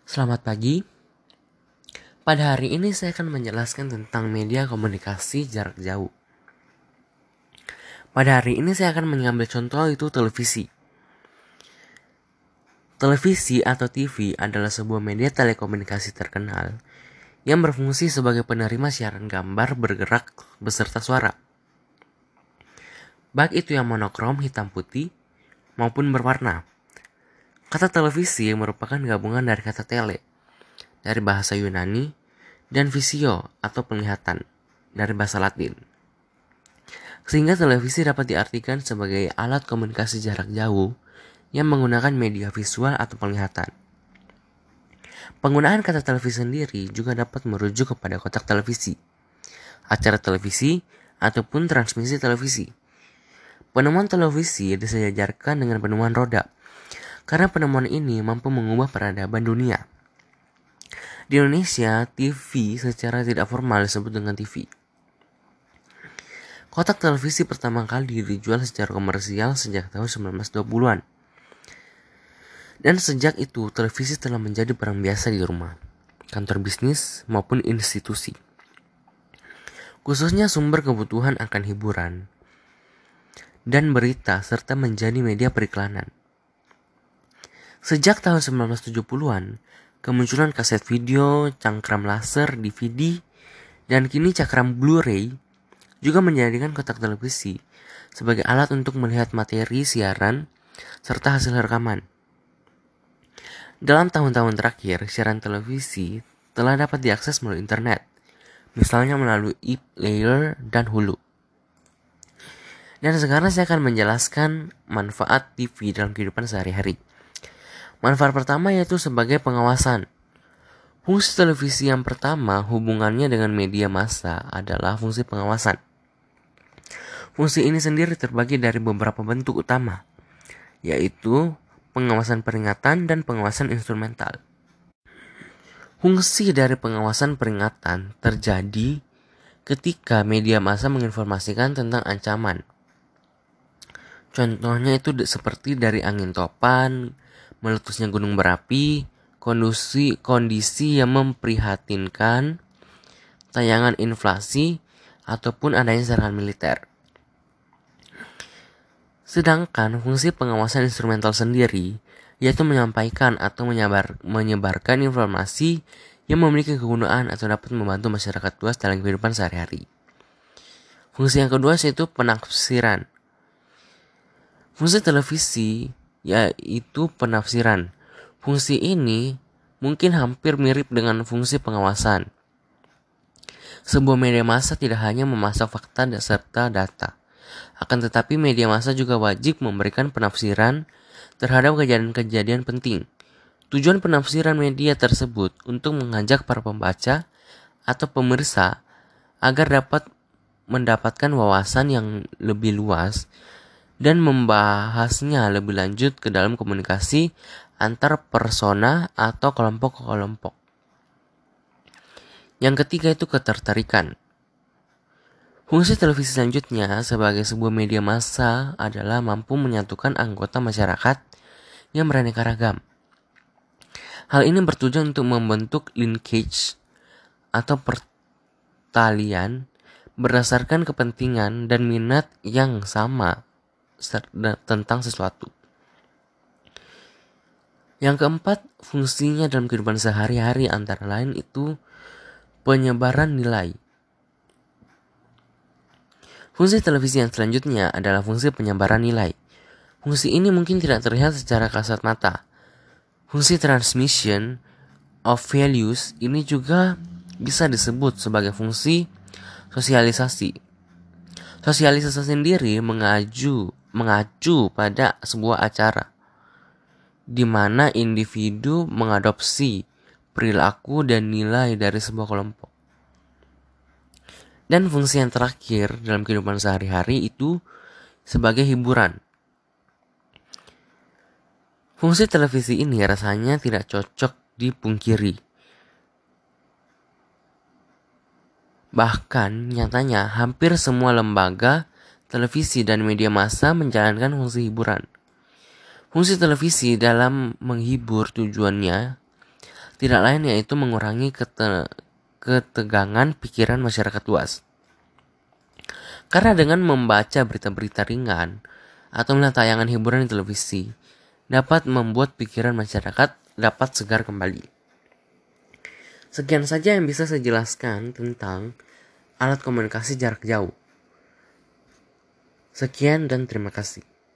Selamat pagi. Pada hari ini saya akan menjelaskan tentang media komunikasi jarak jauh. Pada hari ini saya akan mengambil contoh itu televisi. Televisi atau TV adalah sebuah media telekomunikasi terkenal yang berfungsi sebagai penerima siaran gambar bergerak beserta suara. Baik itu yang monokrom hitam putih maupun berwarna. Kata televisi merupakan gabungan dari kata tele, dari bahasa Yunani, dan visio atau penglihatan, dari bahasa Latin. Sehingga televisi dapat diartikan sebagai alat komunikasi jarak jauh yang menggunakan media visual atau penglihatan. Penggunaan kata televisi sendiri juga dapat merujuk kepada kotak televisi, acara televisi, ataupun transmisi televisi. Penemuan televisi disejajarkan dengan penemuan roda, karena penemuan ini mampu mengubah peradaban dunia. Di Indonesia, TV secara tidak formal disebut dengan TV. Kotak televisi pertama kali dijual secara komersial sejak tahun 1920-an. Dan sejak itu, televisi telah menjadi barang biasa di rumah, kantor bisnis, maupun institusi. Khususnya sumber kebutuhan akan hiburan dan berita serta menjadi media periklanan. Sejak tahun 1970-an, kemunculan kaset video, cangkram laser, DVD, dan kini cakram Blu-ray juga menjadikan kotak televisi sebagai alat untuk melihat materi siaran serta hasil rekaman. Dalam tahun-tahun terakhir, siaran televisi telah dapat diakses melalui internet, misalnya melalui e-player dan Hulu. Dan sekarang saya akan menjelaskan manfaat TV dalam kehidupan sehari-hari. Manfaat pertama yaitu sebagai pengawasan. Fungsi televisi yang pertama hubungannya dengan media massa adalah fungsi pengawasan. Fungsi ini sendiri terbagi dari beberapa bentuk utama, yaitu pengawasan peringatan dan pengawasan instrumental. Fungsi dari pengawasan peringatan terjadi ketika media massa menginformasikan tentang ancaman. Contohnya itu seperti dari angin topan, meletusnya gunung berapi, kondisi yang memprihatinkan, tayangan inflasi, ataupun adanya serangan militer. Sedangkan fungsi pengawasan instrumental sendiri yaitu menyampaikan atau menyebarkan informasi yang memiliki kegunaan atau dapat membantu masyarakat luas dalam kehidupan sehari-hari. Fungsi yang kedua yaitu penafsiran. Fungsi televisi yaitu penafsiran. Fungsi ini mungkin hampir mirip dengan fungsi pengawasan. Sebuah media massa tidak hanya memasak fakta serta data, akan tetapi media massa juga wajib memberikan penafsiran terhadap kejadian-kejadian penting. Tujuan penafsiran media tersebut untuk mengajak para pembaca atau pemirsa agar dapat mendapatkan wawasan yang lebih luas dan membahasnya lebih lanjut ke dalam komunikasi antar persona atau kelompok ke kelompok. Yang ketiga itu ketertarikan. Fungsi televisi selanjutnya sebagai sebuah media massa adalah mampu menyatukan anggota masyarakat yang beraneka ragam. Hal ini bertujuan untuk membentuk linkage atau pertalian berdasarkan kepentingan dan minat yang sama tentang sesuatu. Yang keempat, fungsinya dalam kehidupan sehari-hari antara lain itu penyebaran nilai. Fungsi televisi yang selanjutnya adalah fungsi penyebaran nilai. Fungsi ini mungkin tidak terlihat secara kasat mata. Fungsi transmission of values ini juga bisa disebut sebagai fungsi sosialisasi. Sosialisasi sendiri mengacu pada sebuah acara di mana individu mengadopsi perilaku dan nilai dari sebuah kelompok. Dan fungsi yang terakhir dalam kehidupan sehari-hari itu sebagai hiburan. Fungsi televisi ini rasanya tidak cocok dipungkiri. Bahkan nyatanya hampir semua lembaga televisi dan media massa menjalankan fungsi hiburan. Fungsi televisi dalam menghibur tujuannya tidak lain yaitu mengurangi ketegangan pikiran masyarakat luas. Karena dengan membaca berita-berita ringan atau melihat tayangan hiburan di televisi dapat membuat pikiran masyarakat dapat segar kembali. Sekian saja yang bisa saya jelaskan tentang alat komunikasi jarak jauh. Sekian dan terima kasih.